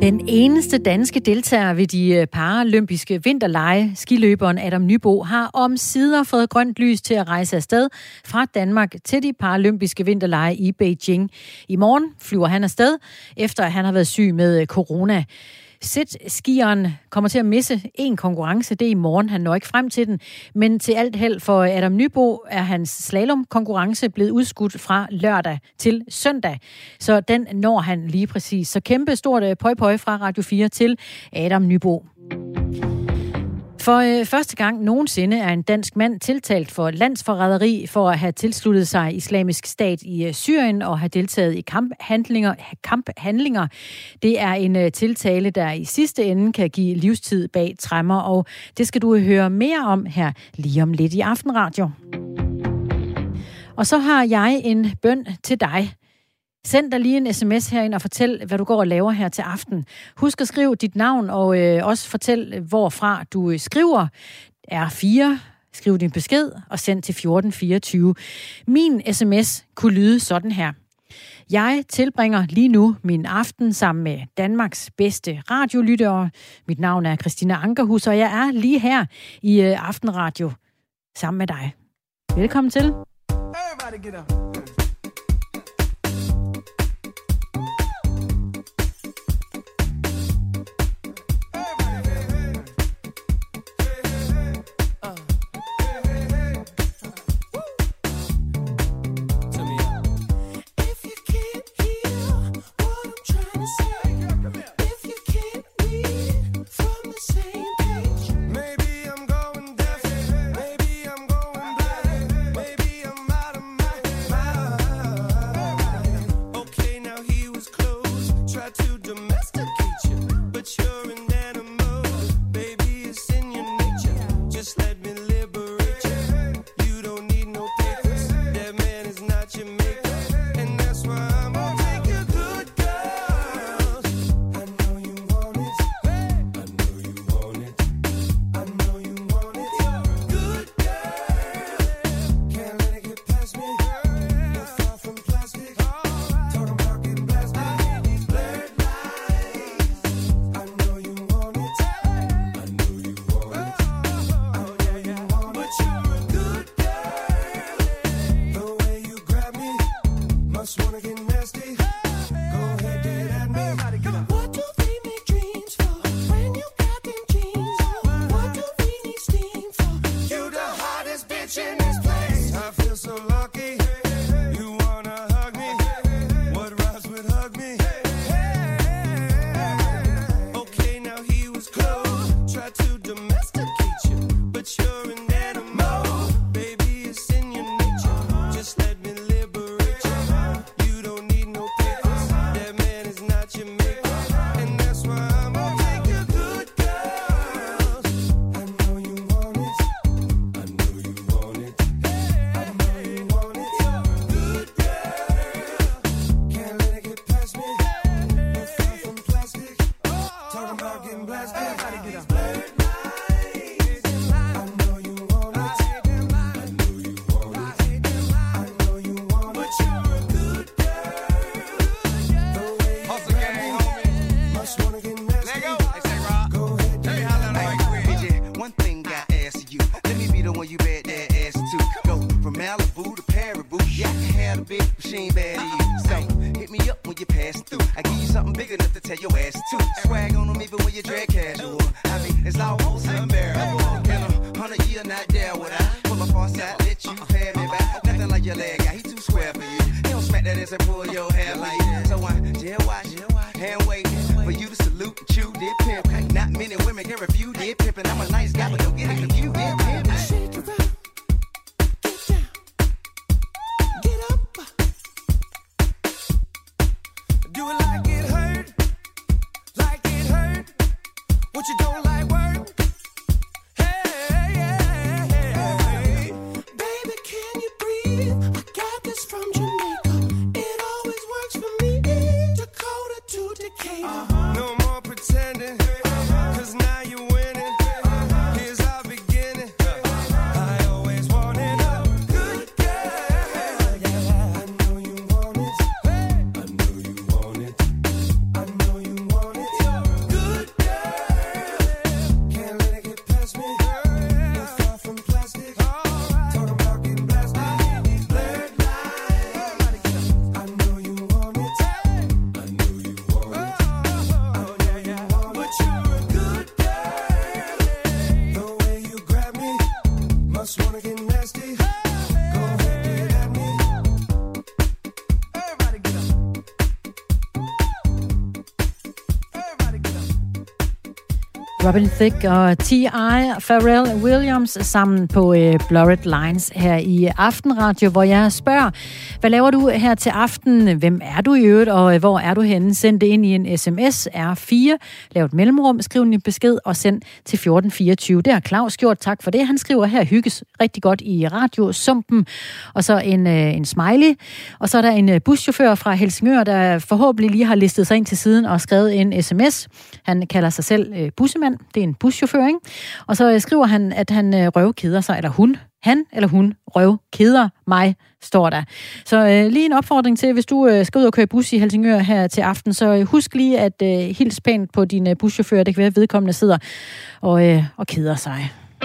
Den eneste danske deltager ved de paralympiske vinterlege, skiløberen Adam Nybo, har omsider fået grønt lys til at rejse afsted fra Danmark til de paralympiske vinterlege i Beijing. I morgen flyver han afsted, efter at han har været syg med corona. Skieren kommer til at misse en konkurrence, det er i morgen, han når ikke frem til den. Men til alt held for Adam Nybo er hans slalomkonkurrence blevet udskudt fra lørdag til søndag. Så den når han lige præcis. Så kæmpe stort pøj fra Radio 4 til Adam Nybo. For første gang nogensinde er en dansk mand tiltalt for landsforræderi for at have tilsluttet sig Islamisk Stat i Syrien og have deltaget i kamphandlinger. Det er en tiltale, der i sidste ende kan give livstid bag tremmer, og det skal du høre mere om her lige om lidt i Aftenradio. Og så har jeg en bøn til dig. Send dig lige en sms herind og fortæl, hvad du går og laver her til aften. Husk at skrive dit navn og også fortæl, hvorfra du skriver. R4, skriv din besked og send til 1424. Min sms kunne lyde sådan her. Jeg tilbringer lige nu min aften sammen med Danmarks bedste radiolyttere. Mit navn er Christina Ankerhus, og jeg er lige her i Aftenradio sammen med dig. Velkommen til. Everybody get up. No more pretending, 'cause now you're winning. Here's Robin Thicke og T.I. Pharrell Williams sammen på Blurred Lines her i Aftenradio, hvor jeg spørger, hvad laver du her til aften? Hvem er du i øvrigt, og hvor er du henne? Send det ind i en sms R4, lav et mellemrum, skriv en besked og send til 1424. Det har Claus gjort, tak for det. Han skriver her, hygges rigtig godt i radiosumpen, og så en smiley, og så er der en buschauffør fra Helsingør, der forhåbentlig lige har listet sig ind til siden og skrevet en sms. Han kalder sig selv bussemand. Det er en buschauffør, ikke? Og så skriver han, at han røvkeder sig, eller hun. Han eller hun røvkeder mig, står der. Så lige en opfordring til, hvis du skal ud og køre bus i Helsingør her til aften, så husk lige at hils pænt på din buschauffør. Det kan være, at vedkommende sidder og keder sig.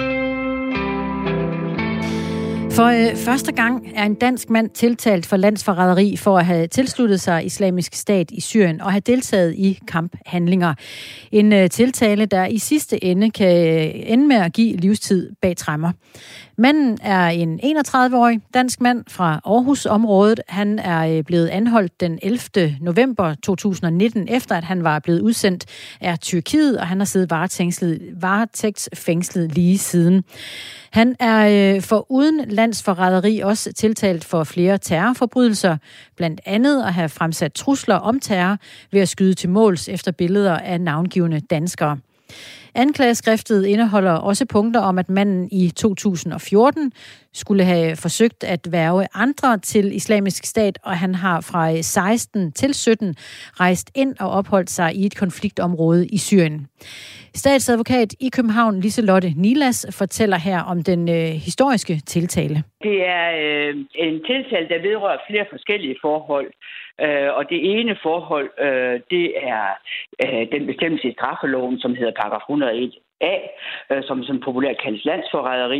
For første gang er en dansk mand tiltalt for landsforræderi for at have tilsluttet sig Islamisk Stat i Syrien og have deltaget i kamphandlinger. En tiltale, der i sidste ende kan ende med at give livstid bag tremmer. Manden er en 31-årig dansk mand fra Aarhus-området. Han er blevet anholdt den 11. november 2019, efter at han var blevet udsendt af Tyrkiet, og han har siddet varetægtsfængslet lige siden. Han er foruden landsforræderi også tiltalt for flere terrorforbrydelser, blandt andet at have fremsat trusler om terror ved at skyde til måls efter billeder af navngivne danskere. Anklageskriftet indeholder også punkter om, at manden i 2014 skulle have forsøgt at hverve andre til Islamisk Stat, og han har fra 16 til 17 rejst ind og opholdt sig i et konfliktområde i Syrien. Statsadvokat i København, Liselotte Nilas, fortæller her om den historiske tiltale. Det er en tiltale, der vedrører flere forskellige forhold. Og det ene forhold, det er den bestemmelse i straffeloven, som hedder paragraf 101a, som populært kaldes landsforræderi.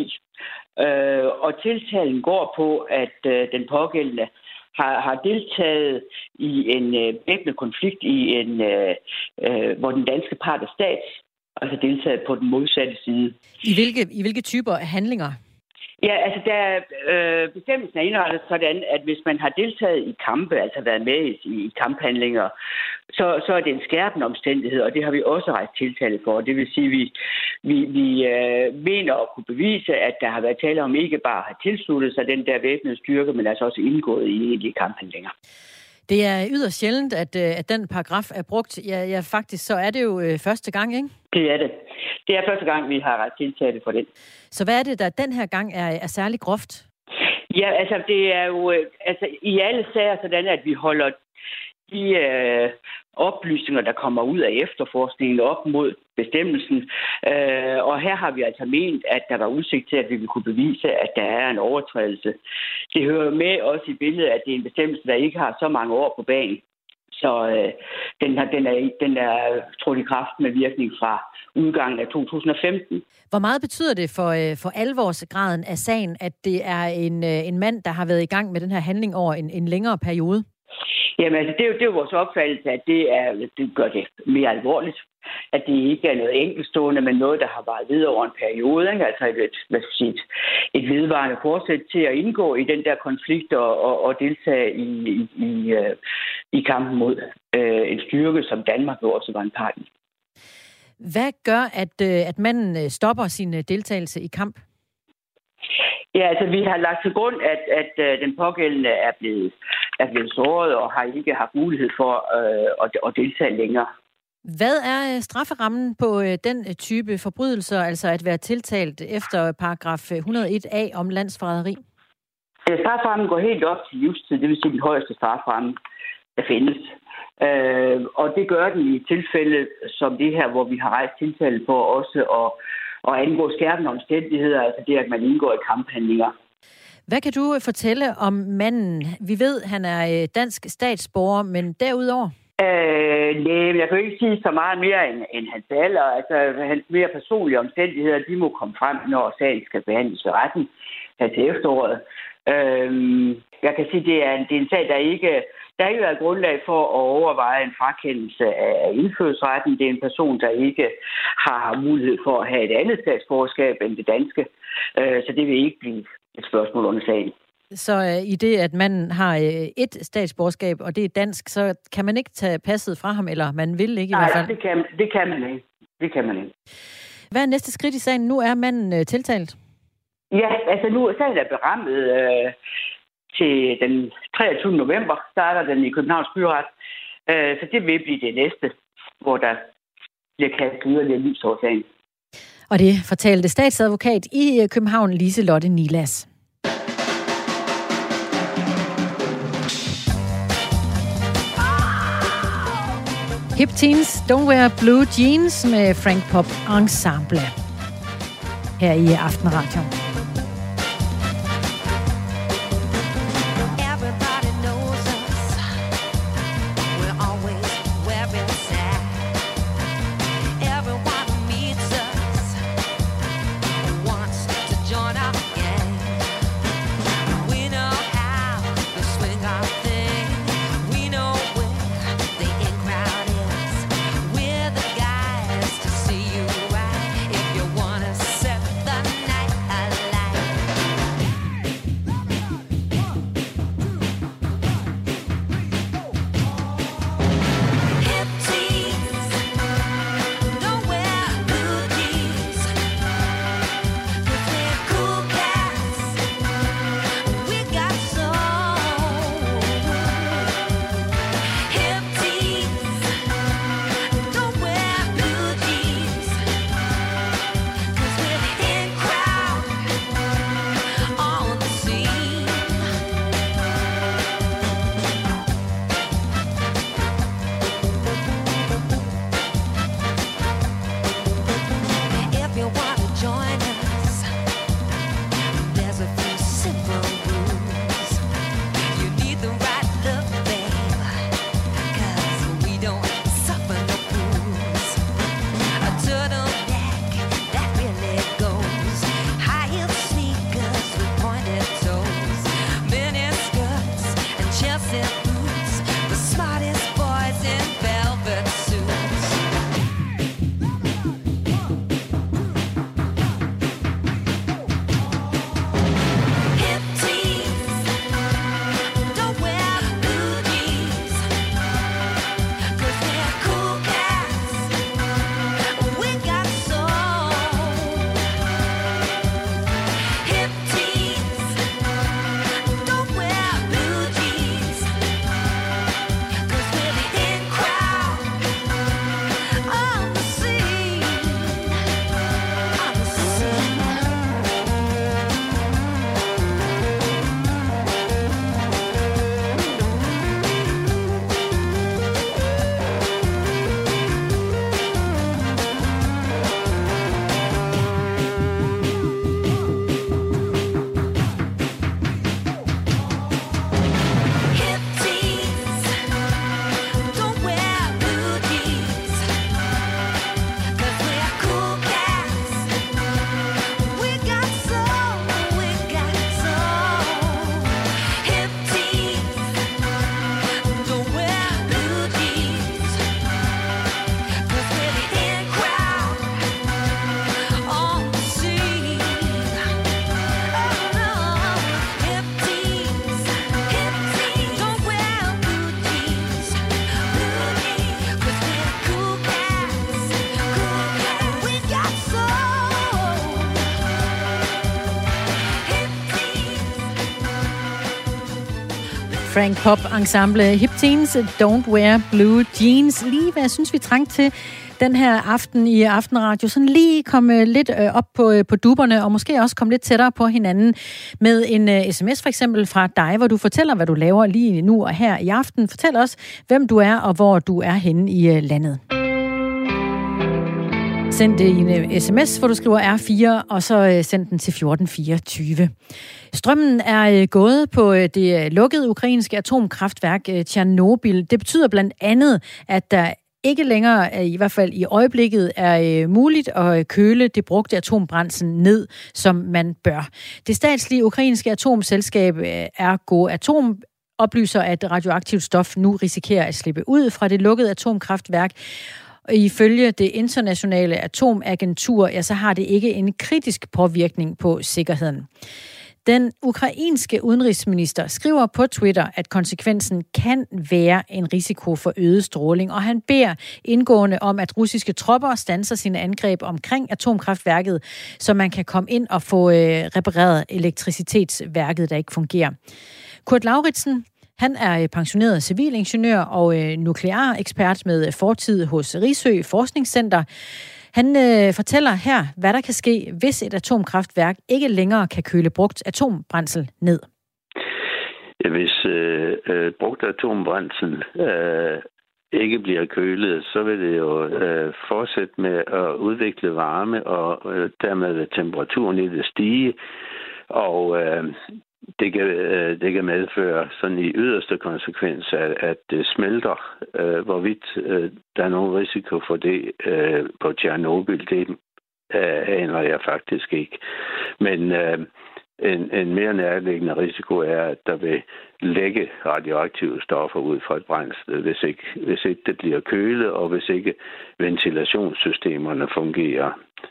Og tiltalen går på, at den pågældende har deltaget i en væbnet konflikt, hvor den danske part er stat, altså deltaget på den modsatte side. I hvilke typer handlinger? Ja, altså bestemmelsen er indrettet sådan, at hvis man har deltaget i kampe, altså været med i kamphandlinger, så er det en skærpende omstændighed, og det har vi også rejst tiltale for. Det vil sige, at vi mener at kunne bevise, at der har været tale om ikke bare at have tilsluttet sig den der væbnede styrke, men altså også indgået i egentlige kamphandlinger. Det er yderst sjældent, at den paragraf er brugt. Ja, faktisk så er det jo første gang, ikke? Det er det. Det er første gang, vi har ret tiltale for den. Så hvad er det, der den her gang er særlig groft? Ja, altså det er jo i alle sager sådan, at vi holder de oplysninger, der kommer ud af efterforskningen op mod bestemmelsen. Og her har vi altså ment, at der var udsigt til, at vi ville kunne bevise, at der er en overtrædelse. Det hører med også i billedet, at det er en bestemmelse, der ikke har så mange år på banen. Så den er trådt i kraft med virkning fra udgangen af 2015. Hvor meget betyder det for alvorsgraden af sagen, at det er en mand, der har været i gang med den her handling over en længere periode? Jamen altså, det er jo vores opfattelse, at det gør det mere alvorligt. At det ikke er noget enkeltstående, men noget, der har varet videre over en periode. Ikke? Altså et vedvarende forsæt til at indgå i den der konflikt og deltage i kampen mod en styrke, som Danmark jo også var en part i. Hvad gør, at manden stopper sin deltagelse i kamp? Ja, altså vi har lagt til grund, at den pågældende er blevet såret og har ikke haft mulighed for at deltage længere. Hvad er strafferammen på den type forbrydelser, altså at være tiltalt efter paragraf 101a om landsforræderi? Strafferammen går helt op til livstid, det vil sige den højeste strafferamme, der findes. Og det gør den i tilfælde som det her, hvor vi har rejst tiltale på også at angå skærpende omstændigheder, altså det, at man indgår i kamphandlinger. Hvad kan du fortælle om manden? Vi ved, han er dansk statsborger, men derudover? Nej, jeg kan ikke sige så meget mere end hans alder. Altså, hans mere personlige omstændigheder, de må komme frem, når sagen skal behandles ved retten her til efteråret. Jeg kan sige, det er en sag, der har ikke været grundlag for at overveje en frakendelse af indfødsretten. Det er en person, der ikke har mulighed for at have et andet statsborgerskab end det danske. Så det vil ikke blive et spørgsmål under sagen. Så i det, at man har et statsborgerskab, og det er dansk, så kan man ikke tage passet fra ham, eller man vil ikke i hvert fald? Nej, det kan man ikke. Det kan man ikke. Hvad er næste skridt i sagen? Nu er manden tiltalt. Ja, altså nu sagen er berammet til den 23. november, starter den i Københavns Byret. Så det vil blive det næste, hvor der bliver kastet yderligere lys over sagen. Og det fortalte statsadvokat i København, Lise-Lotte Nilas. Hip Teens, Don't Wear Blue Jeans med Frank Pop Ensemble. Her i Aftenradio. Frank Pop Ensemble, Hip Teens, Don't Wear Blue Jeans. Lige hvad jeg synes, vi trængte til den her aften i Aftenradio. Sådan lige komme lidt op på dupperne, og måske også komme lidt tættere på hinanden med en sms for eksempel fra dig, hvor du fortæller, hvad du laver lige nu og her i aften. Fortæl os, hvem du er og hvor du er henne i landet. Send det i en sms, hvor du skriver R4, og så send den til 1424. Strømmen er gået på det lukkede ukrainske atomkraftværk Tjernobyl. Det betyder blandt andet, at der ikke længere, i hvert fald i øjeblikket, er muligt at køle det brugte atombrændsel ned, som man bør. Det statslige ukrainske atomselskab Ergoatom oplyser, at radioaktivt stof nu risikerer at slippe ud fra det lukkede atomkraftværk. Ifølge det internationale atomagentur, ja, så har det ikke en kritisk påvirkning på sikkerheden. Den ukrainske udenrigsminister skriver på Twitter, at konsekvensen kan være en risiko for øget stråling, og han beder indgående om, at russiske tropper standser sine angreb omkring atomkraftværket, så man kan komme ind og få repareret elektricitetsværket, der ikke fungerer. Kurt Lauritsen, han er pensioneret civilingeniør og nuklear ekspert med fortid hos Risø Forskningscenter. Han fortæller her, hvad der kan ske, hvis et atomkraftværk ikke længere kan køle brugt atombrændsel ned. Ja, hvis brugt atombrændsel ikke bliver kølet, så vil det jo fortsætte med at udvikle varme, og dermed vil temperaturen i det stige, og det kan medføre sådan i yderste konsekvens, at det smelter. Hvorvidt der er nogen risiko for det på Tjernobyl, det aner jeg faktisk ikke. Men en mere nærliggende risiko er, at der vil lægge radioaktive stoffer ud fra et brændsel, hvis ikke det bliver kølet, og hvis ikke ventilationssystemerne fungerer.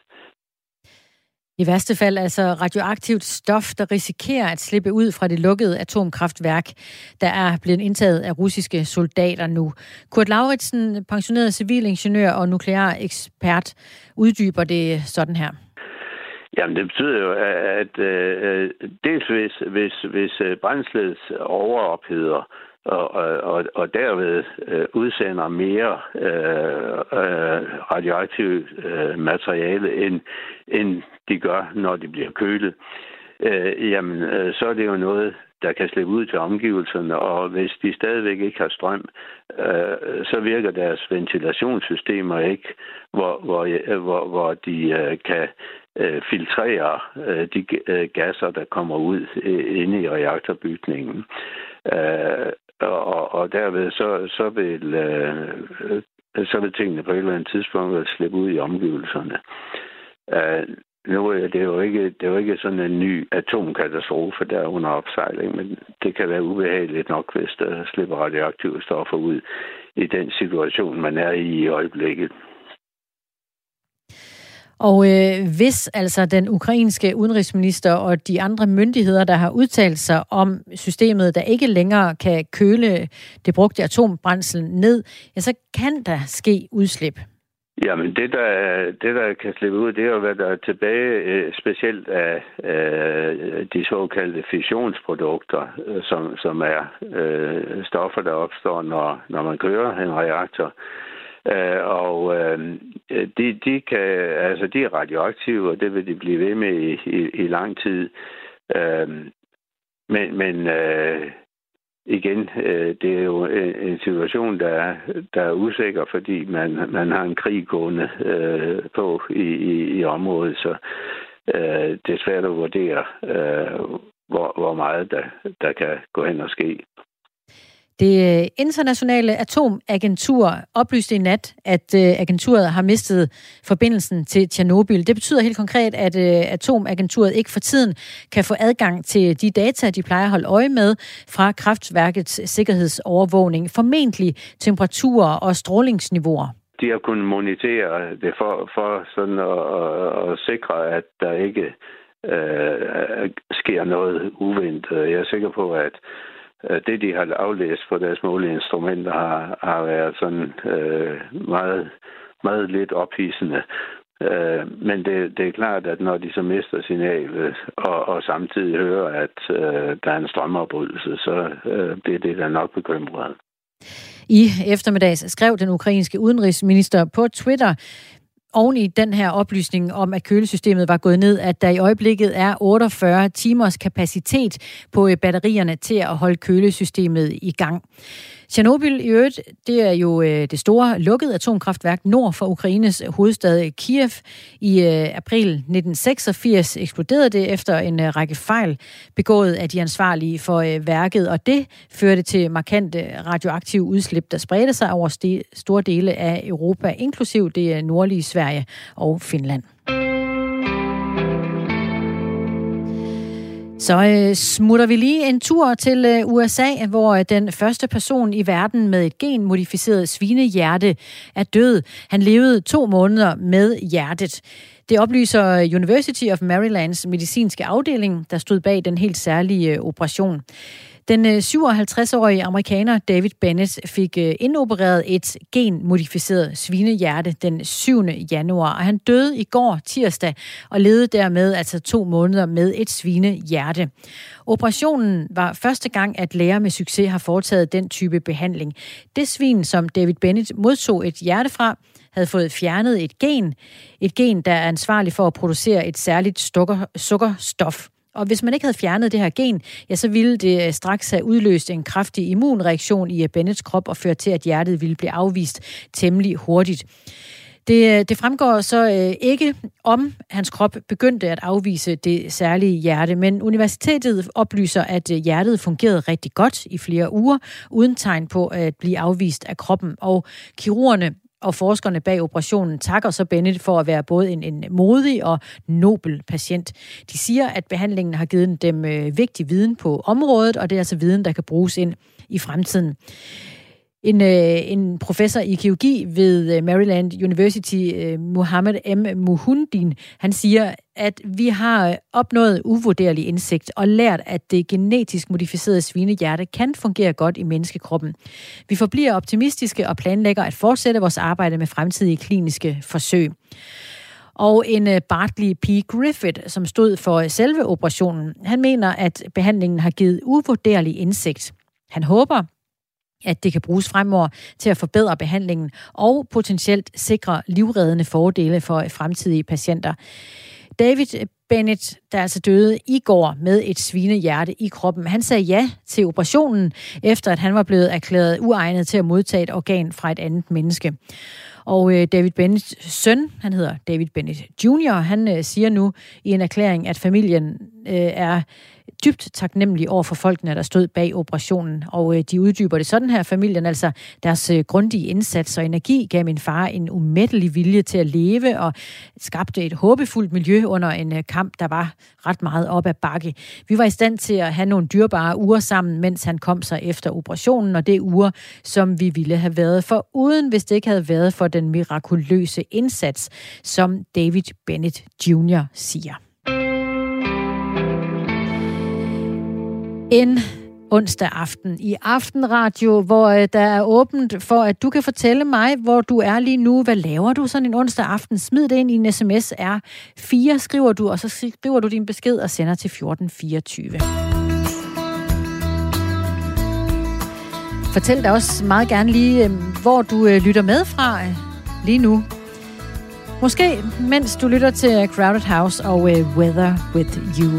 I værste fald altså radioaktivt stof, der risikerer at slippe ud fra det lukkede atomkraftværk, der er blevet indtaget af russiske soldater nu. Kurt Lauritsen, pensioneret civilingeniør og nuklear ekspert, uddyber det sådan her. Jamen, det betyder jo, at dels hvis brændslet overopheder, og derved udsender mere radioaktivt materiale, end de gør, når de bliver kølet, så er det jo noget, der kan slippe ud til omgivelserne, og hvis de stadigvæk ikke har strøm, så virker deres ventilationssystemer ikke, hvor de kan filtrere de gasser, der kommer ud inde i reaktorbygningen. Og derved så vil tingene på et eller andet tidspunkt slippe ud i omgivelserne. Nu er det jo ikke sådan en ny atomkatastrofe, der er under opsejling, men det kan være ubehageligt nok, hvis der slipper radioaktive stoffer ud i den situation, man er i øjeblikket. Og hvis altså den ukrainske udenrigsminister og de andre myndigheder, der har udtalt sig om systemet, der ikke længere kan køle det brugte atombrændsel ned, ja, så kan der ske udslip. Jamen, det der kan slippe ud, det er jo, hvad der er tilbage, specielt af de såkaldte fissionsprodukter, som er stoffer, der opstår, når man kører en reaktor. De er radioaktive, og det vil de blive ved med i lang tid. Men igen, det er jo en situation, der er usikker, fordi man har en krig gående på i området, så det er svært at vurdere, hvor meget der kan gå hen og ske. Det internationale atomagentur oplyste i nat, at agenturet har mistet forbindelsen til Tjernobyl. Det betyder helt konkret, at atomagenturet ikke for tiden kan få adgang til de data, de plejer at holde øje med fra kraftværkets sikkerhedsovervågning, formentlig temperaturer og strålingsniveauer. De har kunnet monitere det for sådan at sikre, at der ikke sker noget uventet. Jeg er sikker på, at det, de har aflæst på deres måleinstrumenter, har været sådan meget, meget lidt ophidsende. Men det er klart, at når de så mister signalet, og samtidig hører, at der er en strømafbrydelse, så bliver det da nok bekymret. I eftermiddags skrev den ukrainske udenrigsminister på Twitter, oven i den her oplysning om, at kølesystemet var gået ned, at der i øjeblikket er 48 timers kapacitet på batterierne til at holde kølesystemet i gang. Tjernobyl i øvrigt, det er jo det store lukkede atomkraftværk nord for Ukraines hovedstad Kiev. I april 1986 eksploderede det efter en række fejl begået af de ansvarlige for værket, og det førte til markante radioaktive udslip, der spredte sig over store dele af Europa, inklusiv det nordlige Sverige og Finland. Så smutter vi lige en tur til USA, hvor den første person i verden med et genmodificeret svinehjerte er død. Han levede 2 måneder med hjertet. Det oplyser University of Marylands medicinske afdeling, der stod bag den helt særlige operation. Den 57-årige amerikaner David Bennett fik indopereret et genmodificeret svinehjerte den 7. januar, og han døde i går tirsdag og levede dermed altså 2 måneder med et svinehjerte. Operationen var første gang, at læger med succes har foretaget den type behandling. Det svin, som David Bennett modtog et hjerte fra, havde fået fjernet et gen, der er ansvarlig for at producere et særligt sukkerstof. Og hvis man ikke havde fjernet det her gen, ja, så ville det straks have udløst en kraftig immunreaktion i Bennetts krop og ført til, at hjertet ville blive afvist temmelig hurtigt. Det fremgår så ikke, om hans krop begyndte at afvise det særlige hjerte, men universitetet oplyser, at hjertet fungerede rigtig godt i flere uger, uden tegn på at blive afvist af kroppen. Og kirurgerne og forskerne bag operationen takker så Bennett for at være både en modig og nobel patient. De siger, at behandlingen har givet dem vigtig viden på området, og det er altså viden, der kan bruges ind i fremtiden. En professor i kirurgi ved Maryland University, Mohammed M. Muhundin, han siger, at vi har opnået uvurderlig indsigt og lært, at det genetisk modificerede svinehjerte kan fungere godt i menneskekroppen. Vi forbliver optimistiske og planlægger at fortsætte vores arbejde med fremtidige kliniske forsøg. Og en Bartley P. Griffith, som stod for selve operationen, han mener, at behandlingen har givet uvurderlig indsigt. Han håber, at det kan bruges fremover til at forbedre behandlingen og potentielt sikre livreddende fordele for fremtidige patienter. David Bennett, der altså døde i går med et svinehjerte i kroppen, han sagde ja til operationen, efter at han var blevet erklæret uegnet til at modtage et organ fra et andet menneske. Og David Bennetts søn, han hedder David Bennett Jr., han siger nu i en erklæring, at familien er dybt taknemmelig over for folkene, der stod bag operationen. Og de uddyber det sådan her, familien, altså deres grundige indsats og energi gav min far en umættelig vilje til at leve og skabte et håbefuldt miljø under en kamp, der var ret meget op ad bakke. Vi var i stand til at have nogle dyrebare uger sammen, mens han kom sig efter operationen, og det er uger, som vi ville have været for uden, hvis det ikke havde været for den mirakuløse indsats, som David Bennett Jr. siger. En onsdag aften i Aftenradio, hvor der er åbent for, at du kan fortælle mig, hvor du er lige nu. Hvad laver du sådan en onsdag aften? Smid det ind i en sms R4, skriver du, og så skriver du din besked og sender til 1424. Fortæl dig også meget gerne lige, hvor du lytter med fra lige nu. Måske mens du lytter til Crowded House og Weather With You.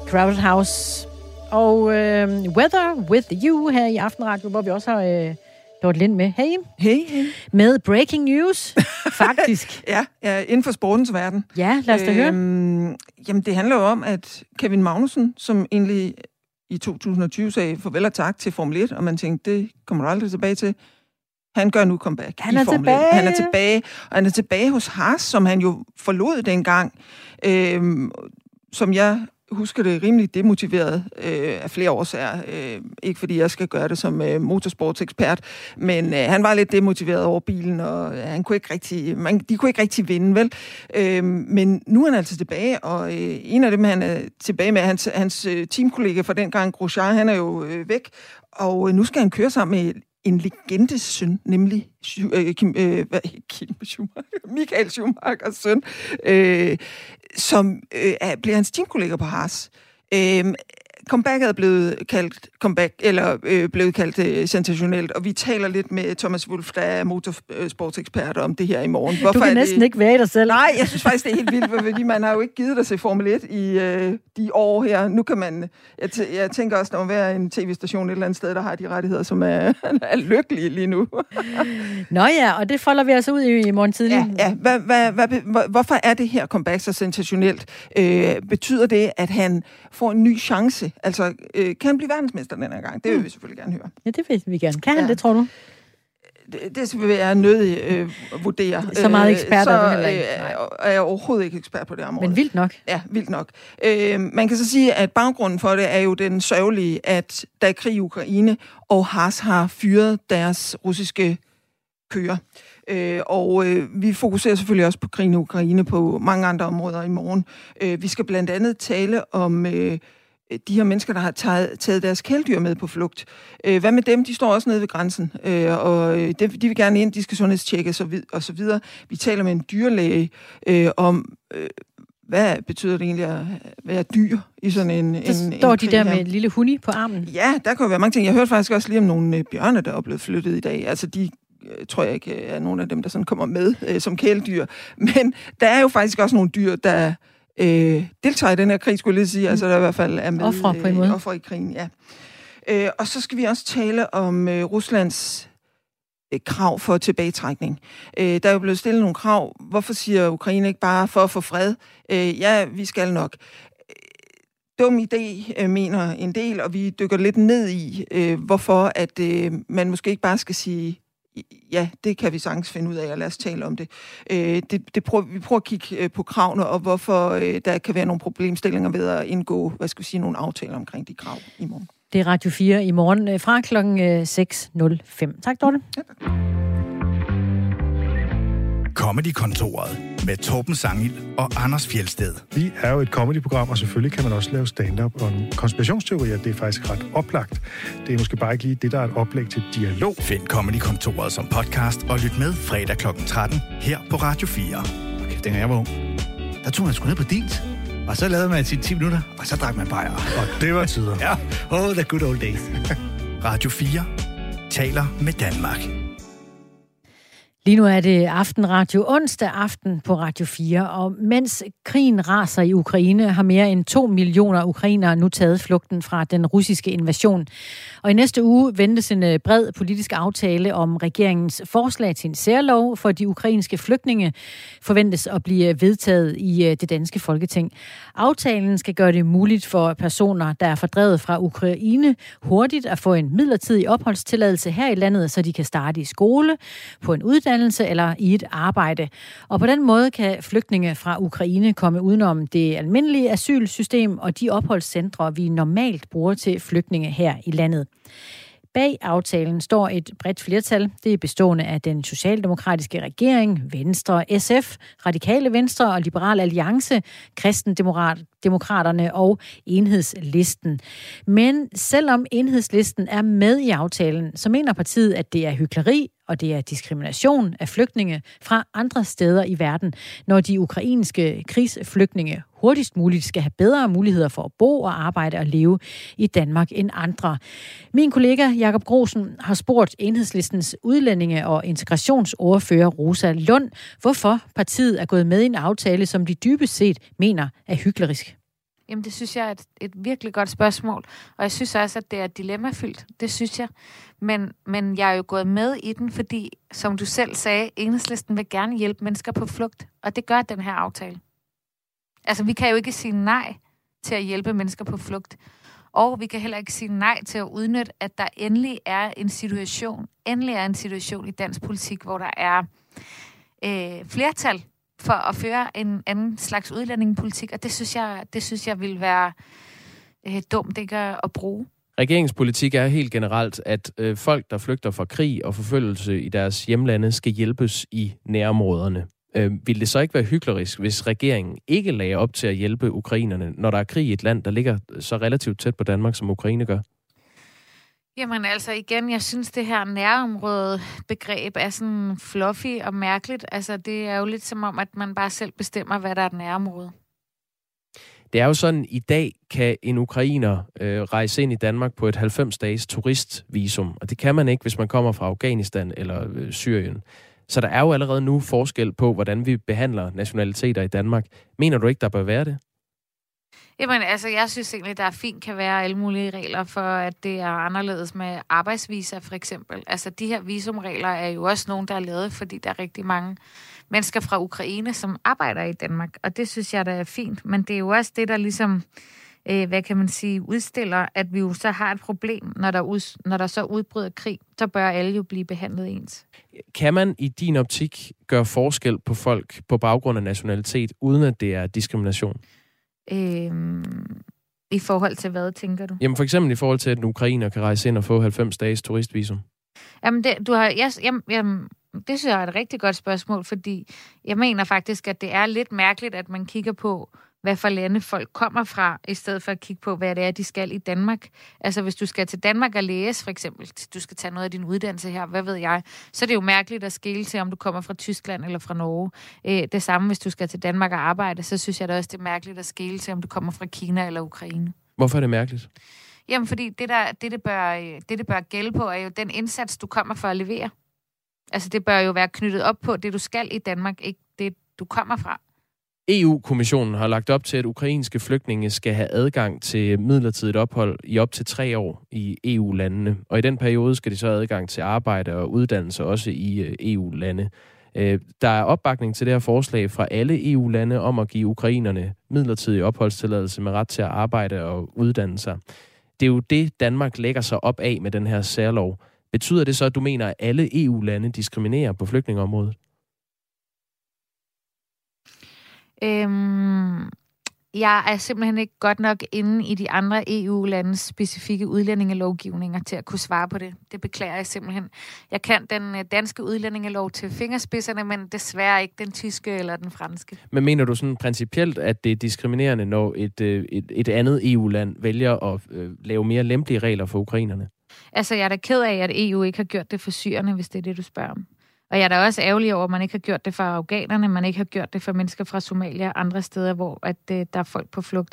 Crowded House og Weather With You her i Aftenradio, hvor vi også har Dorte Lind med. Hey. Hey. Med breaking news, faktisk. ja, inden for sportens verden. Ja, lad os da høre. Jamen, det handler jo om, at Kevin Magnussen, som egentlig i 2020 sagde farvel og tak til Formel 1, og man tænkte, det kommer du aldrig tilbage til. Han gør nu comeback i Formel 1. Han er tilbage, og han er tilbage hos Haas, som han jo forlod dengang, som jeg husker det rimelig demotiveret af flere årsager. Ikke fordi jeg skal gøre det som motorsportsekspert, men han var lidt demotiveret over bilen, og han kunne ikke rigtig, de kunne ikke rigtig vinde, vel? Men nu er han altså tilbage, og en af dem, han er tilbage med, hans teamkollega fra dengang, Grosjean, han er jo væk, og nu skal han køre sammen med en legendes søn, nemlig Michael Schumachers søn, som bliver hans teamkollega på Haas. Comebacket er blevet kaldt sensationelt, og vi taler lidt med Thomas Wulff, der er motorsportsekspert, om det her i morgen. Hvorfor du kan næsten ikke være i dig selv. Nej, jeg synes faktisk, det er helt vildt, fordi man har jo ikke givet dig til Formel 1 i de år her. Nu kan man... Jeg tænker også, der må være en tv-station et eller andet sted, der har de rettigheder, som er lykkelige lige nu. Nå ja, og det folder vi altså ud i morgen tidlig. Ja. Hvorfor er det her comeback så sensationelt? Betyder det, at han får en ny chance? Altså, kan han blive verdensmester den her gang? Det vil vi selvfølgelig gerne høre. Ja, det vil vi gerne. Kan han det, tror du? Det vil jeg nødig vurdere. Så meget ekspert er du heller ikke. Er jeg overhovedet ikke ekspert på det område. Men vildt nok. Ja, vildt nok. Man kan så sige, at baggrunden for det er jo den sørgelige, at der er krig i Ukraine, og Haas har fyret deres russiske kører. Og vi fokuserer selvfølgelig også på krigen i Ukraine på mange andre områder i morgen. Vi skal blandt andet tale om de her mennesker, der har taget deres kæledyr med på flugt. Hvad med dem? De står også nede ved grænsen, og de vil gerne ind, de skal sundhedstjekkes og så videre. Vi taler med en dyrlæge om, hvad betyder det egentlig at være dyr i sådan en står de der med en lille huni på armen? Ja, der kan jo være mange ting. Jeg hørte faktisk også lige om nogle bjørne, der er blevet flyttet i dag. Altså, de tror jeg ikke er nogen af dem, der sådan kommer med som kæledyr. Men der er jo faktisk også nogle dyr, der deltager i den her krig, skulle jeg lige sige. Altså, der i hvert fald er med ofre i krigen, ja. Og så skal vi også tale om Ruslands krav for tilbagetrækning. Der er jo blevet stillet nogle krav. Hvorfor siger Ukraine ikke bare for at få fred? Ja, vi skal nok. Dum idé, mener en del, og vi dykker lidt ned i, hvorfor at man måske ikke bare skal sige, ja, det kan vi sagtens finde ud af, og lad os tale om det. Vi prøver at kigge på kravene, og hvorfor der kan være nogle problemstillinger ved at indgå, nogle aftaler omkring de krav i morgen. Det er Radio 4 i morgen fra klokken 6.05. Tak, Dorte. Ja, tak. Comedy-kontoret med Torben Sangil og Anders Fjeldsted. Vi er jo et comedy-program, og selvfølgelig kan man også lave stand-up og konspirationsteorier. Det er faktisk ret oplagt. Det er måske bare ikke lige det, der er et oplæg til dialog. Find Comedy-kontoret som podcast og lyt med fredag kl. 13 her på Radio 4. Okay, dengang jeg var ung, der tog man sgu ned på dit. Og så lavede man 10 minutter, og så drak man bajer. Og det var tider. Ja, the good old days. Radio 4 taler med Danmark. Lige nu er det Aftenradio onsdag aften på Radio 4, og mens krigen raser i Ukraine, har mere end 2 millioner ukrainere nu taget flugten fra den russiske invasion. Og i næste uge ventes en bred politisk aftale om regeringens forslag til en særlov for de ukrainske flygtninge forventes at blive vedtaget i det danske Folketing. Aftalen skal gøre det muligt for personer, der er fordrevet fra Ukraine, hurtigt at få en midlertidig opholdstilladelse her i landet, så de kan starte i skole, på en uddannelse eller i et arbejde. Og på den måde kan flygtninge fra Ukraine komme udenom det almindelige asylsystem og de opholdscentre, vi normalt bruger til flygtninge her i landet. Bag aftalen står et bredt flertal. Det er bestående af den socialdemokratiske regering, Venstre, SF, Radikale Venstre og Liberal Alliance, Kristendemokraterne og Enhedslisten. Men selvom Enhedslisten er med i aftalen, så mener partiet, at det er hykleri og det er diskrimination af flygtninge fra andre steder i verden, når de ukrainske krigsflygtninge hurtigst muligt skal have bedre muligheder for at bo og arbejde og leve i Danmark end andre. Min kollega Jakob Grosen har spurgt Enhedslistens udlændinge- og integrationsordfører Rosa Lund, hvorfor partiet er gået med i en aftale, som de dybest set mener er hyklerisk. Jamen, det synes jeg er et virkelig godt spørgsmål. Og jeg synes også, at det er dilemmafyldt. Det synes jeg. Men jeg er jo gået med i den, fordi, som du selv sagde, Enhedslisten vil gerne hjælpe mennesker på flugt. Og det gør den her aftale. Altså, vi kan jo ikke sige nej til at hjælpe mennesker på flugt. Og vi kan heller ikke sige nej til at udnytte, at der endelig er en situation i dansk politik, hvor der er flertal for at føre en anden slags udlændingepolitik, og det synes jeg vil være dumt ikke at bruge. Regeringspolitik er helt generelt, at folk, der flygter fra krig og forfølgelse i deres hjemlande, skal hjælpes i nærområderne. Vil det så ikke være hyklerisk, hvis regeringen ikke lagde op til at hjælpe ukrainerne, når der er krig i et land, der ligger så relativt tæt på Danmark, som Ukraine gør? Jamen altså igen, jeg synes, det her nærområde-begreb er sådan fluffy og mærkeligt. Altså det er jo lidt som om, at man bare selv bestemmer, hvad der er et nærområde. Det er jo sådan, i dag kan en ukrainer rejse ind i Danmark på et 90-dages turistvisum, og det kan man ikke, hvis man kommer fra Afghanistan eller Syrien. Så der er jo allerede nu forskel på, hvordan vi behandler nationaliteter i Danmark. Mener du ikke, der bør være det? Jamen altså, jeg synes egentlig, der kan være alle mulige regler for, at det er anderledes med arbejdsvisa for eksempel. Altså de her visumregler er jo også nogen, der er lavet, fordi der er rigtig mange mennesker fra Ukraine, som arbejder i Danmark. Og det synes jeg, der er fint. Men det er jo også det, der ligesom, hvad kan man sige, udstiller, at vi jo så har et problem, når der så udbryder krig. Så bør alle jo blive behandlet ens. Kan man i din optik gøre forskel på folk på baggrund af nationalitet, uden at det er diskrimination? I forhold til hvad, tænker du? Jamen for eksempel i forhold til, at en ukrainer kan rejse ind og få 90 dages turistvisum. Jamen, det synes jeg er et rigtig godt spørgsmål, fordi jeg mener faktisk, at det er lidt mærkeligt, at man kigger på, hvad for lande folk kommer fra, i stedet for at kigge på, hvad det er, de skal i Danmark. Altså, hvis du skal til Danmark og læse, for eksempel, du skal tage noget af din uddannelse her, hvad ved jeg, så er det jo mærkeligt at skele til, om du kommer fra Tyskland eller fra Norge. Det samme, hvis du skal til Danmark og arbejde, så synes jeg da også, det er mærkeligt at skele til, om du kommer fra Kina eller Ukraine. Hvorfor er det mærkeligt? Jamen, fordi det bør gælde på, er jo den indsats, du kommer for at levere. Altså, det bør jo være knyttet op på det, du skal i Danmark, ikke det, du kommer fra. EU-kommissionen har lagt op til, at ukrainske flygtninge skal have adgang til midlertidigt ophold i op til 3 år i EU-landene. Og i den periode skal de så have adgang til arbejde og uddannelse også i EU-lande. Der er opbakning til det her forslag fra alle EU-lande om at give ukrainerne midlertidig opholdstilladelse med ret til at arbejde og uddanne sig. Det er jo det, Danmark lægger sig op af med den her særlov. Betyder det så, at du mener, at alle EU-lande diskriminerer på flygtningeområdet? Jeg er simpelthen ikke godt nok inde i de andre EU-landes specifikke udlændingelovgivninger til at kunne svare på det. Det beklager jeg simpelthen. Jeg kan den danske udlændingelov til fingerspidserne, men desværre ikke den tyske eller den franske. Men mener du sådan principielt, at det er diskriminerende, når et andet EU-land vælger at lave mere lempelige regler for ukrainerne? Altså, jeg er da ked af, at EU ikke har gjort det for syrerne, hvis det er det, du spørger om. Og jeg er da også ærgerlig over, at man ikke har gjort det for afghanerne, man ikke har gjort det for mennesker fra Somalia og andre steder, hvor der er folk på flugt.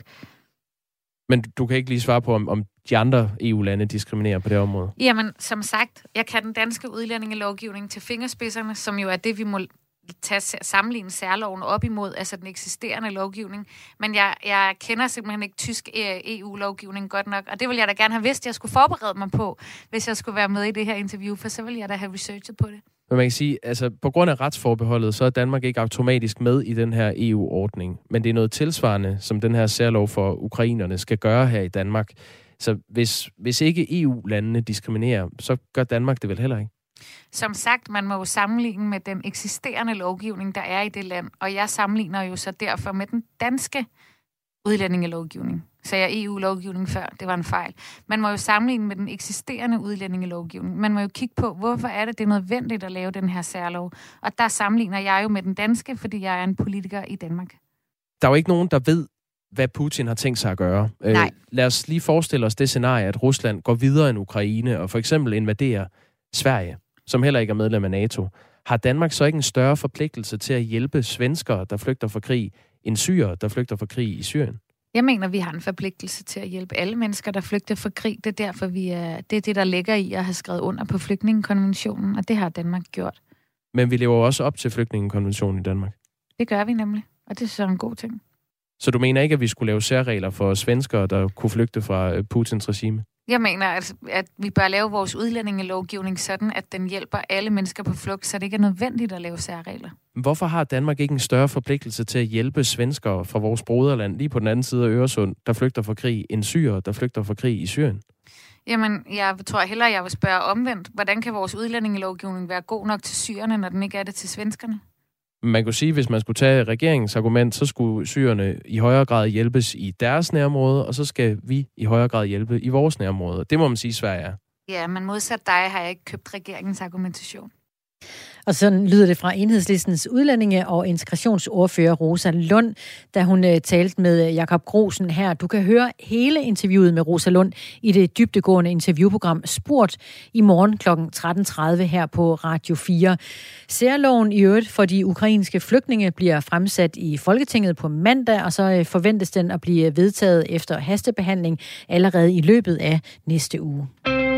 Men du kan ikke lige svare på, om de andre EU-lande diskriminerer på det område? Jamen, som sagt, jeg kan den danske udlændingelovgivning til fingerspidserne, som jo er det, vi må sammenligne særloven op imod, altså den eksisterende lovgivning. Men jeg kender simpelthen ikke tysk EU-lovgivning godt nok, og det ville jeg da gerne have vidst, jeg skulle forberede mig på, hvis jeg skulle være med i det her interview, for så ville jeg da have researchet på det. Men man kan sige, altså på grund af retsforbeholdet, så er Danmark ikke automatisk med i den her EU-ordning. Men det er noget tilsvarende, som den her særlov for ukrainerne skal gøre her i Danmark. Så hvis ikke EU-landene diskriminerer, så gør Danmark det vel heller ikke? Som sagt, man må jo sammenligne med den eksisterende lovgivning, der er i det land. Og jeg sammenligner jo så derfor med den danske udlændingelovgivning. Sagde jeg EU-lovgivning før, det var en fejl. Man må jo sammenligne med den eksisterende udlændingelovgivning. Man må jo kigge på, hvorfor er det nødvendigt at lave den her særlov. Og der sammenligner jeg jo med den danske, fordi jeg er en politiker i Danmark. Der er jo ikke nogen, der ved, hvad Putin har tænkt sig at gøre. Nej. Lad os lige forestille os det scenarie, at Rusland går videre end Ukraine og for eksempel invaderer Sverige, som heller ikke er medlem af NATO. Har Danmark så ikke en større forpligtelse til at hjælpe svenskere, der flygter fra krig, end syrere, der flygter fra krig i Syrien? Jeg mener, vi har en forpligtelse til at hjælpe alle mennesker, der flygter fra krig. Det er derfor, det er det, der ligger i at have skrevet under på flygtningekonventionen, og det har Danmark gjort. Men vi lever også op til flygtningekonventionen i Danmark. Det gør vi nemlig, og det er så en god ting. Så du mener ikke, at vi skulle lave særregler for svenskere, der kunne flygte fra Putins regime? Jeg mener, at vi bør lave vores udlændingelovgivning sådan, at den hjælper alle mennesker på flugt, så det ikke er nødvendigt at lave særregler. Hvorfor har Danmark ikke en større forpligtelse til at hjælpe svenskere fra vores broderland lige på den anden side af Øresund, der flygter fra krig, end syrere, der flygter fra krig i Syrien? Jamen, jeg tror hellere, jeg vil spørge omvendt. Hvordan kan vores udlændingelovgivning være god nok til syrerne, når den ikke er det til svenskerne? Man kunne sige, at hvis man skulle tage regeringens argument, så skulle syrerne i højere grad hjælpes i deres nærområde, og så skal vi i højere grad hjælpe i vores nærområde. Det må man sige, Sverige er. Ja, men modsat dig har jeg ikke købt regeringens argumentation. Og sådan lyder det fra Enhedslistens udlændinge- og integrationsordfører Rosa Lund, da hun talte med Jakob Grosen her. Du kan høre hele interviewet med Rosa Lund i det dybdegående interviewprogram Spurgt i morgen kl. 13.30 her på Radio 4. Særloven i øvrigt for de ukrainske flygtninge bliver fremsat i Folketinget på mandag, og så forventes den at blive vedtaget efter hastebehandling allerede i løbet af næste uge.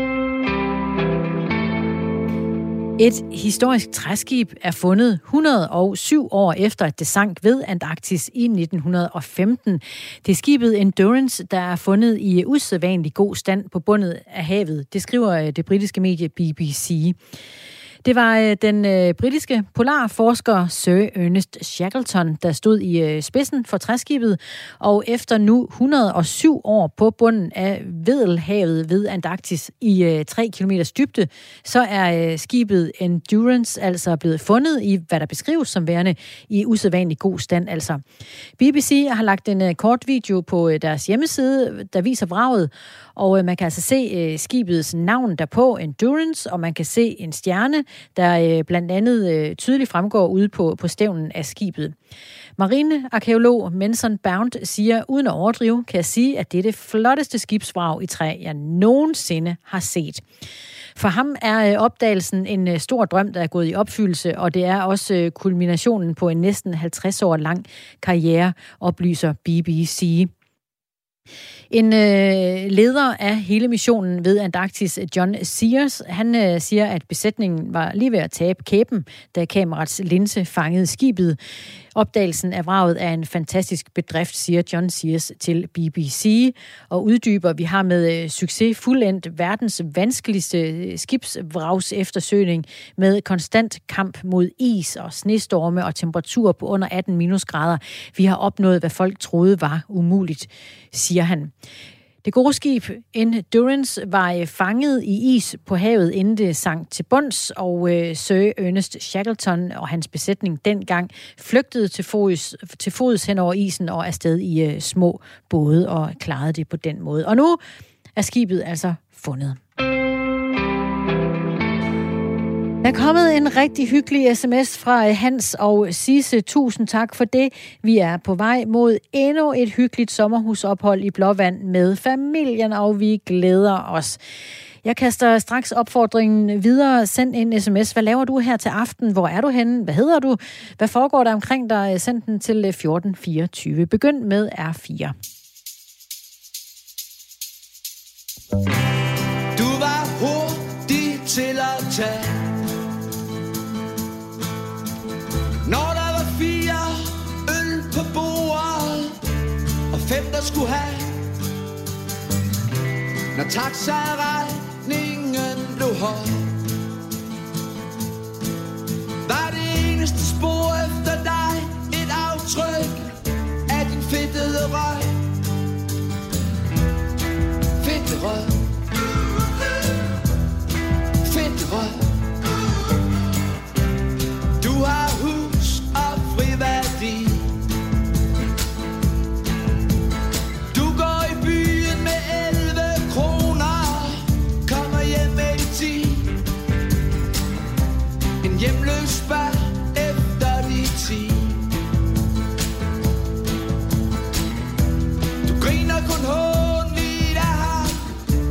Et historisk træskib er fundet 107 år efter, at det sank ved Antarktis i 1915. Det er skibet Endurance, der er fundet i usædvanlig god stand på bundet af havet. Det skriver det britiske medie BBC. Det var den britiske polarforsker Sir Ernest Shackleton, der stod i spidsen for træskibet, og efter nu 107 år på bunden af Weddellhavet ved Antarktis i 3 kilometers dybde, så er skibet Endurance altså blevet fundet i, hvad der beskrives som værende i usædvanlig god stand. Altså. BBC har lagt en kort video på deres hjemmeside, der viser vraget, og man kan altså se skibets navn derpå, Endurance, og man kan se en stjerne, der blandt andet tydeligt fremgår ude på stævnen af skibet. Marinearkæolog Menson Bound siger, uden at overdrive, kan jeg sige, at det er det flotteste skibsvrag i træ, jeg nogensinde har set. For ham er opdagelsen en stor drøm, der er gået i opfyldelse, og det er også kulminationen på en næsten 50 år lang karriere, oplyser BBC. En leder af hele missionen ved Antarktis, John Sears, han siger, at besætningen var lige ved at tabe kæben, da kamerats linse fangede skibet. Opdagelsen af vraget er en fantastisk bedrift, siger John Sears til BBC, og uddyber, vi har med succes fuldendt verdens vanskeligste skibsvrags eftersøgning med konstant kamp mod is og snestorme og temperatur på under 18 minusgrader. Vi har opnået, hvad folk troede var umuligt, siger han. Det gode skib Endurance var fanget i is på havet, inden det sank til bunds, og Sir Ernest Shackleton og hans besætning dengang flygtede til fods hen over isen og afsted i små både og klarede det på den måde. Og nu er skibet altså fundet. Der er kommet en rigtig hyggelig sms fra Hans og Sisse. Tusind tak for det. Vi er på vej mod endnu et hyggeligt sommerhusophold i Blåvand med familien, og vi glæder os. Jeg kaster straks opfordringen videre. Send en sms. Hvad laver du her til aften? Hvor er du henne? Hvad hedder du? Hvad foregår der omkring dig? Send den til 1424. Begynd med R4. Du var hurtig til at tage. Når der var 4 øl på bordet og 5 der skulle have. Når taxaregningen blev høj, var det eneste spor efter dig et aftryk af din fedtede røg. Fedte røg. Fedte røg. Du har hus og friværdi. Du går i byen med 11 kroner, kommer hjem med 10. En hjemløs bær efter de 10. Du griner kun håndligt af ham,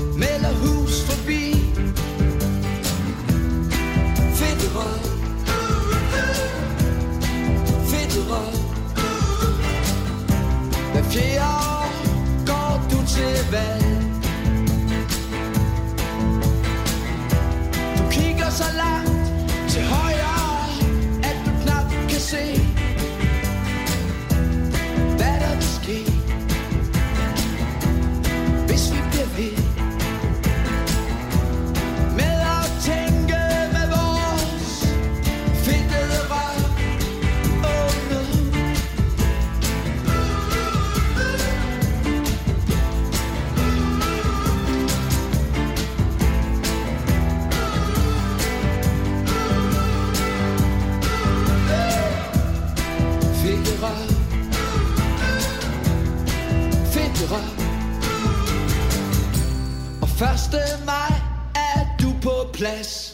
1. maj er du på plads.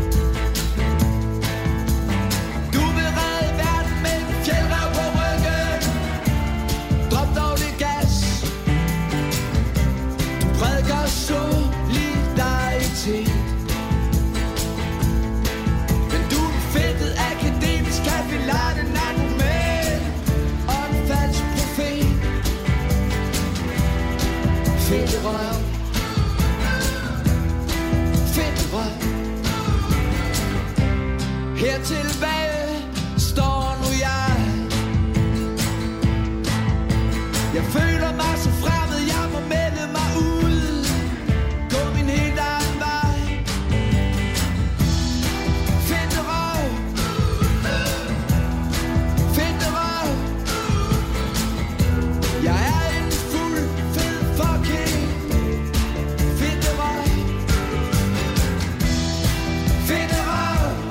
Du vil redde verden med en fjeldrev på ryggen. Drop dog det gas. Du prædiker solidaritet. Men du er en fedtet akademisk kapilar, den argument og en falsk profet. Fedte røv. Her tilbage står nu jeg. Jeg føler mig så fremmed, jeg må melde mig ud. Gå min helt egen vej. Fedte røv. Fedte røv. Jeg er en fuld fed fucking fedte røv. Fedte røv.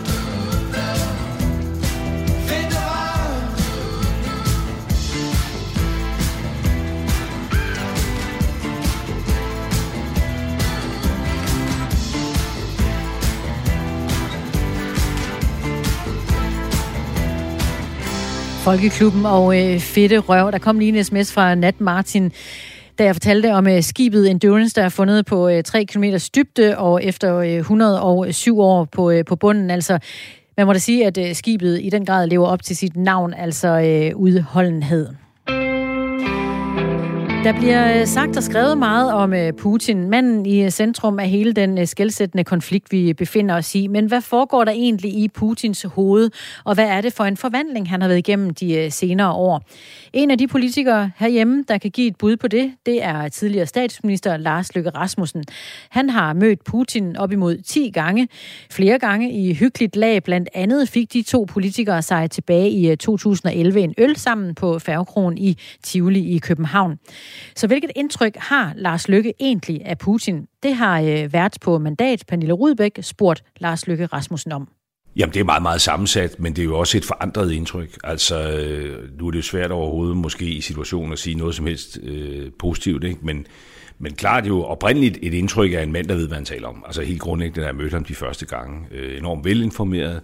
Folkeklubben og Fedte Røv. Der kom lige en sms fra Nat Martin, da jeg fortalte om skibet Endurance, der er fundet på 3 kilometers dybde og efter 107 år på bunden. Altså, man må da sige, at skibet i den grad lever op til sit navn, altså udholdenhed. Der bliver sagt og skrevet meget om Putin, manden i centrum af hele den skelsættende konflikt, vi befinder os i. Men hvad foregår der egentlig i Putins hoved, og hvad er det for en forvandling, han har været igennem de senere år? En af de politikere herhjemme, der kan give et bud på det, det er tidligere statsminister Lars Løkke Rasmussen. Han har mødt Putin op imod 10 gange, flere gange i hyggeligt lag. Blandt andet fik de 2 politikere sig tilbage i 2011 en øl sammen på Færgekroen i Tivoli i København. Så hvilket indtryk har Lars Løkke egentlig af Putin? Det har vært på mandat Pernille Rudbæk spurgt Lars Løkke Rasmussen om. Jamen, det er meget, meget sammensat, men det er jo også et forandret indtryk. Altså, nu er det jo svært overhovedet måske i situationen at sige noget som helst positivt, ikke? Men klart jo oprindeligt et indtryk af en mand, der ved, hvad han taler om. Altså helt grundlæggende, da jeg mødte ham de første gange. Enormt velinformeret,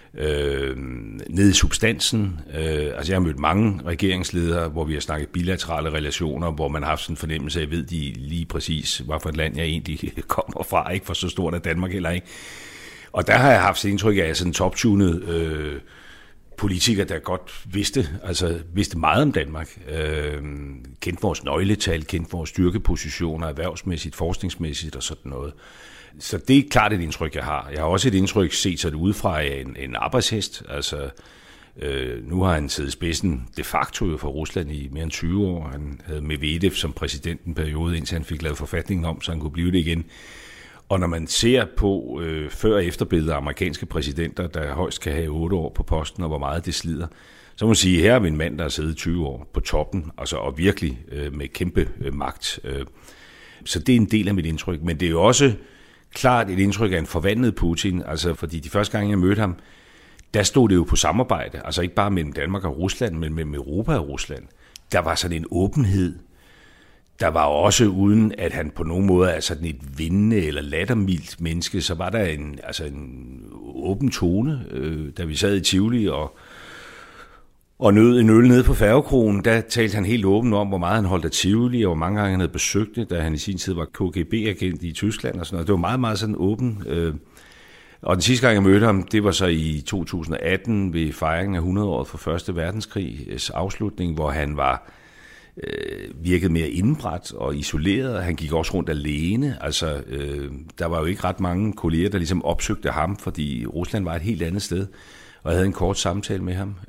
ned i substansen. Altså jeg har mødt mange regeringsledere, hvor vi har snakket bilaterale relationer, hvor man har haft sådan en fornemmelse af, jeg ved de lige præcis, hvad for et land jeg egentlig kommer fra, ikke for så stort af Danmark heller ikke. Og der har jeg haft et indtryk af, at sådan en top-tunet politiker, der godt vidste meget om Danmark, kendte vores nøgletal, kendte vores styrkepositioner, erhvervsmæssigt, forskningsmæssigt og sådan noget. Så det er klart et indtryk, jeg har. Jeg har også et indtryk set sig det udefra af en arbejdshest. Altså, nu har han siddet spidsen de facto for Rusland i mere end 20 år. Han havde Medvedev som præsident en periode, indtil han fik lavet forfatningen om, så han kunne blive det igen. Og når man ser på før- og efterbilleder af amerikanske præsidenter, der højst kan have 8 år på posten, og hvor meget det slider, så må man sige, at her er vi en mand, der har siddet 20 år på toppen, altså, og virkelig med kæmpe magt. Så det er en del af mit indtryk. Men det er jo også klart et indtryk af en forvandlet Putin, altså fordi de første gange, jeg mødte ham, der stod det jo på samarbejde, altså ikke bare mellem Danmark og Rusland, men mellem Europa og Rusland. Der var sådan en åbenhed. Der var også, uden at han på nogen måde er sådan et vindende eller lattermildt menneske, så var der en åben tone, da vi sad i Tivoli og nød en øl nede på Færgekroen. Der talte han helt åbent om, hvor meget han holdt af Tivoli, og hvor mange gange han havde besøgt det, da han i sin tid var KGB-agent i Tyskland og sådan noget. Det var meget, meget sådan åben. Og den sidste gang, jeg mødte ham, det var så i 2018 ved fejringen af 100-året for Første Verdenskrigs afslutning, hvor han var virkede mere indebræt og isoleret. Han gik også rundt alene. Altså, der var jo ikke ret mange kolleger, der ligesom opsøgte ham, fordi Rusland var et helt andet sted, og jeg havde en kort samtale med ham.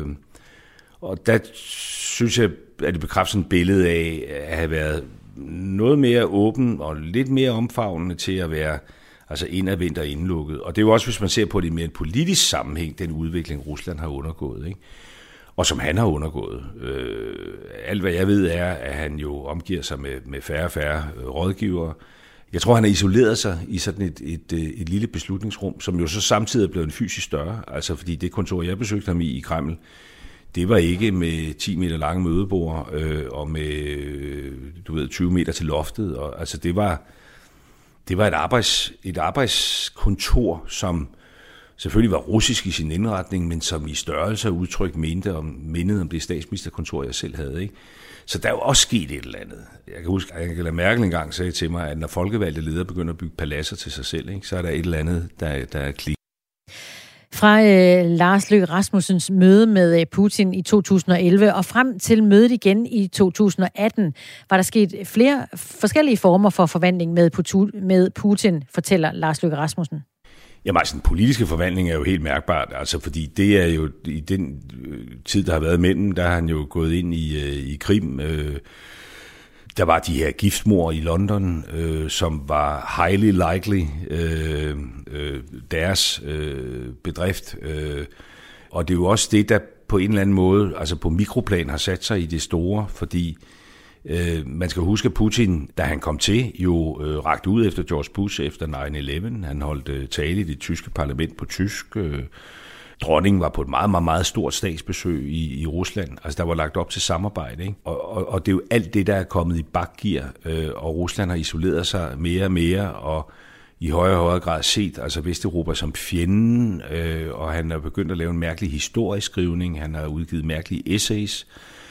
Og der synes jeg, at det bekræfter sådan et billede af at have været noget mere åben og lidt mere omfavnende til at være altså indadvendt og indlukket. Og det er jo også, hvis man ser på det i mere en politisk sammenhæng, den udvikling, Rusland har undergået, ikke? Og som han har undergået. Alt hvad jeg ved er, at han jo omgiver sig med færre og færre rådgivere. Jeg tror, han har isoleret sig i sådan et lille beslutningsrum, som jo så samtidig er blevet fysisk større. Altså fordi det kontor, jeg besøgte ham i Kreml, det var ikke med 10 meter lange mødebord og med 20 meter til loftet. Og, altså det var det var et arbejdskontor, som selvfølgelig var russisk i sin indretning, men som i størrelse og udtryk mindede om det statsministerkontor, jeg selv havde, ikke? Så der er jo også sket et eller andet. Jeg kan huske, at Angela Merkel engang sagde til mig, at når folkevalgte ledere begynder at bygge paladser til sig selv, ikke, så er der et eller andet, der er klik. Fra Lars Løkke Rasmussens møde med Putin i 2011 og frem til mødet igen i 2018, var der sket flere forskellige former for forvandling med Putin, fortæller Lars Løkke Rasmussen. Jamen altså, den politiske forvandling er jo helt mærkbart, altså fordi det er jo i den tid, der har været mellem, der har han jo gået ind i Krim. Der var de her giftmord i London, som var highly likely deres bedrift. Og det er jo også det, der på en eller anden måde, altså på mikroplan, har sat sig i det store, fordi man skal huske, at Putin, da han kom til, jo rakte ud efter George Bush efter 9/11. Han holdt tale i det tyske parlament på tysk. Dronningen var på et meget, meget, meget stort statsbesøg i Rusland. Altså, der var lagt op til samarbejde, ikke? Og det er jo alt det, der er kommet i bakgear, og Rusland har isoleret sig mere og mere, og i højere og højere grad set altså Vesteuropa som fjenden, og han er begyndt at lave en mærkelig historieskrivning. Han har udgivet mærkelige essays,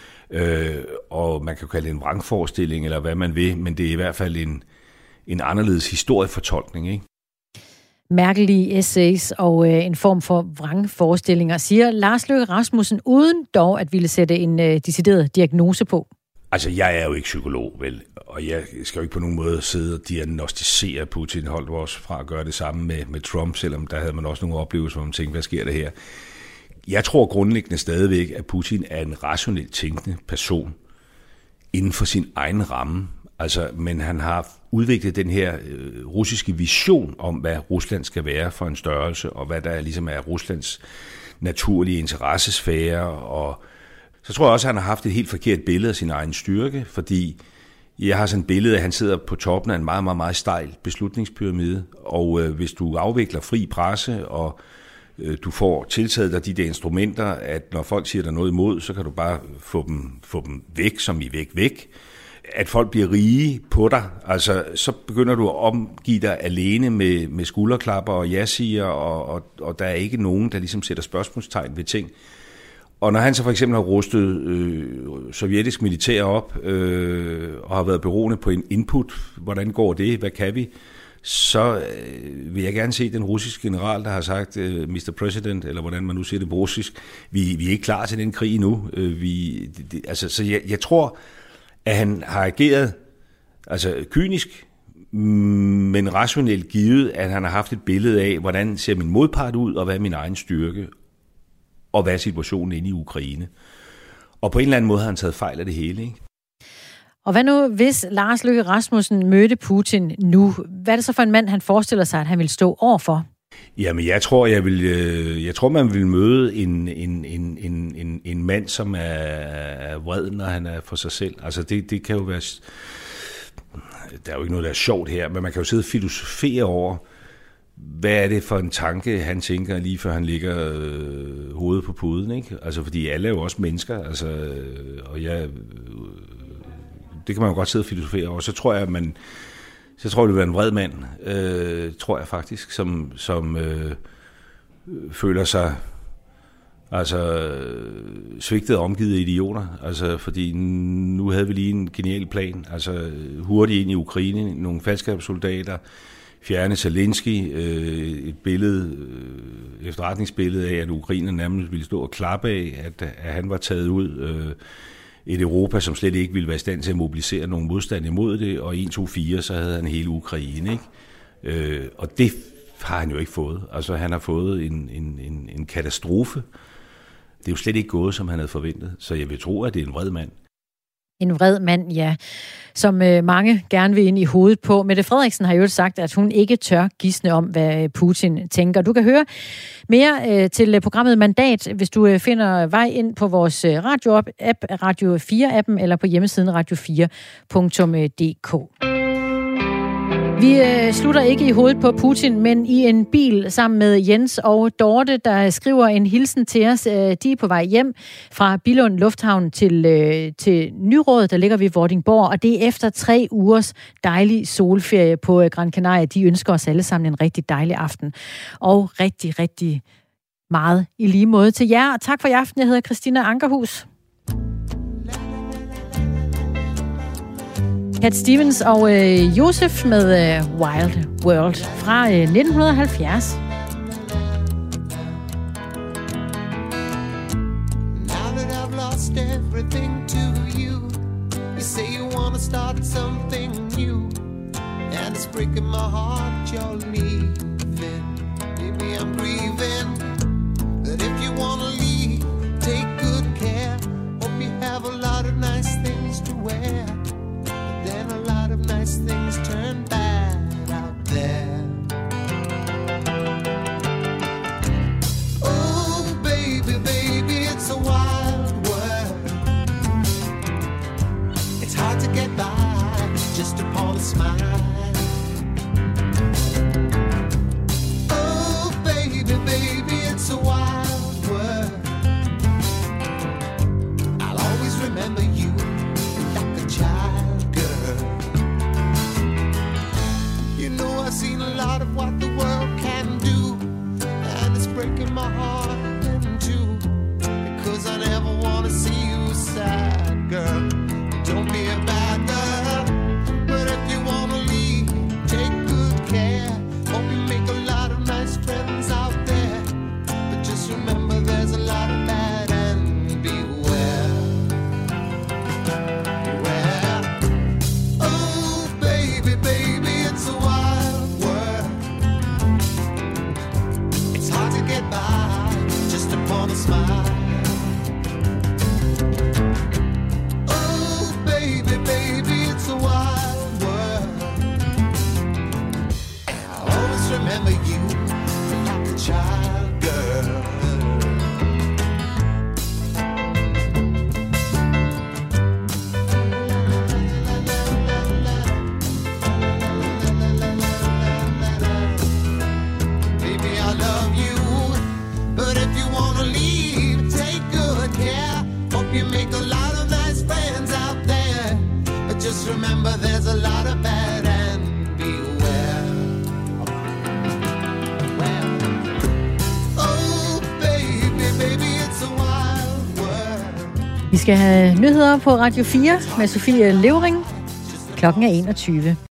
og man kan jo kalde det en vrangforestilling, eller hvad man vil, men det er i hvert fald en anderledes historiefortolkning, ikke? Mærkelige essays og en form for vrangforestillinger, siger Lars Løkke Rasmussen, uden dog at ville sætte en decideret diagnose på. Altså, jeg er jo ikke psykolog, vel, og jeg skal jo ikke på nogen måde sidde og diagnostisere Putin. Holdt også fra at gøre det samme med Trump, selvom der havde man også nogle oplevelser, hvor man tænkte, hvad sker der her? Jeg tror grundlæggende stadigvæk, at Putin er en rationelt tænkende person inden for sin egen ramme. Altså, men han har udviklet den her russiske vision om, hvad Rusland skal være for en størrelse, og hvad der ligesom er Ruslands naturlige interessesfære. Og så tror jeg også, at han har haft et helt forkert billede af sin egen styrke, fordi jeg har sådan et billede af, at han sidder på toppen af en meget, meget, meget stejl beslutningspyramide, og hvis du afvikler fri presse, og du får tiltaget dig de der instrumenter, at når folk siger der noget imod, så kan du bare få dem væk, som i væk. At folk bliver rige på dig, altså så begynder du at omgive dig alene med skulderklapper og ja-siger, og der er ikke nogen, der ligesom sætter spørgsmålstegn ved ting. Og når han så for eksempel har rustet sovjetisk militær op, og har været beroende på en input, hvordan går det, hvad kan vi, så vil jeg gerne se den russiske general, der har sagt, Mr. President, eller hvordan man nu siger det på russisk, vi er ikke klar til den krig endnu. Så jeg tror, at han har ageret altså kynisk, men rationelt givet, at han har haft et billede af, hvordan ser min modpart ud, og hvad er min egen styrke, og hvad er situationen inde i Ukraine. Og på en eller anden måde har han taget fejl af det hele, ikke? Og hvad nu, hvis Lars Løkke Rasmussen mødte Putin nu? Hvad er det så for en mand, han forestiller sig, at han vil stå overfor? Jamen, jeg tror, man vil møde en mand, som er vred, når han er for sig selv. Altså, det kan jo være... Der er jo ikke noget, der er sjovt her, men man kan jo sidde og filosofere over, hvad er det for en tanke, han tænker, lige før han ligger hovedet på puden, ikke? Altså, fordi alle er jo også mennesker, altså, og det kan man jo godt sidde og filosofere over. Så tror jeg, det vil være en vred mand, tror jeg faktisk, som føler sig altså svigtet og omgivet af idioter. Altså, fordi nu havde vi lige en genial plan. Altså hurtigt ind i Ukraine, nogle faldskabssoldater, fjerne Zelensky, et billede, efterretningsbillede af, at Ukraine nærmest ville stå og klappe af, at han var taget ud. Et Europa, som slet ikke ville være i stand til at mobilisere nogen modstand imod det, og 1, 2, 4, så havde han hele Ukraine, ikke? Og det har han jo ikke fået. Altså, han har fået en katastrofe. Det er jo slet ikke gået, som han havde forventet. Så jeg vil tro, at det er en vred mand. En vred mand, ja, som mange gerne vil ind i hovedet på. Mette Frederiksen har jo sagt, at hun ikke tør gisne om, hvad Putin tænker. Du kan høre mere til programmet Mandat, hvis du finder vej ind på vores radio-app, Radio 4-appen, eller på hjemmesiden radio4.dk. Vi slutter ikke i hovedet på Putin, men i en bil sammen med Jens og Dorte, der skriver en hilsen til os. De er på vej hjem fra Billund Lufthavn til Nyråd, der ligger ved Vordingborg, og det er efter 3 ugers dejlig solferie på Gran Canaria. De ønsker os alle sammen en rigtig dejlig aften, og rigtig, rigtig meget i lige måde til jer. Og tak for i aften. Jeg hedder Christina Ankerhus. Cat Stevens og Josef med Wild World fra 1970. Now that I've lost everything to you, you say you want to start something new, and it's breaking my heart you're leaving. Maybe I'm grieving, but if you want to leave, take good care. Hope you have a lot of nice things to wear. Then a lot of nice things turn bad out there. Oh, baby, baby, it's a wild world. It's hard to get by just upon a smile. Oh, baby, baby, it's a wild world. I'll always remember you like a child. You know I've seen a lot of what the world can do, and it's breaking my heart in two, because I never want to see you sad, girl. Don't be a bad girl, but if you want to leave, take good care. Hope you make a lot of nice friends out there, but just remember there's a lot of bad and beware. Beware. Oh, baby, baby, it's a wild world. It's hard to get by just upon a smile. Oh, baby, baby, it's a wild world. I'll always remember you like a child, girl. Baby, I love you, but if you wanna leave, take good care. Hope you make a lot of nice friends out there, but just remember there's a lot of bad and beware. Oh, baby, baby, it's a wild world. Vi skal have nyheder på Radio 4 med Sofie Levering. Klokken er 21.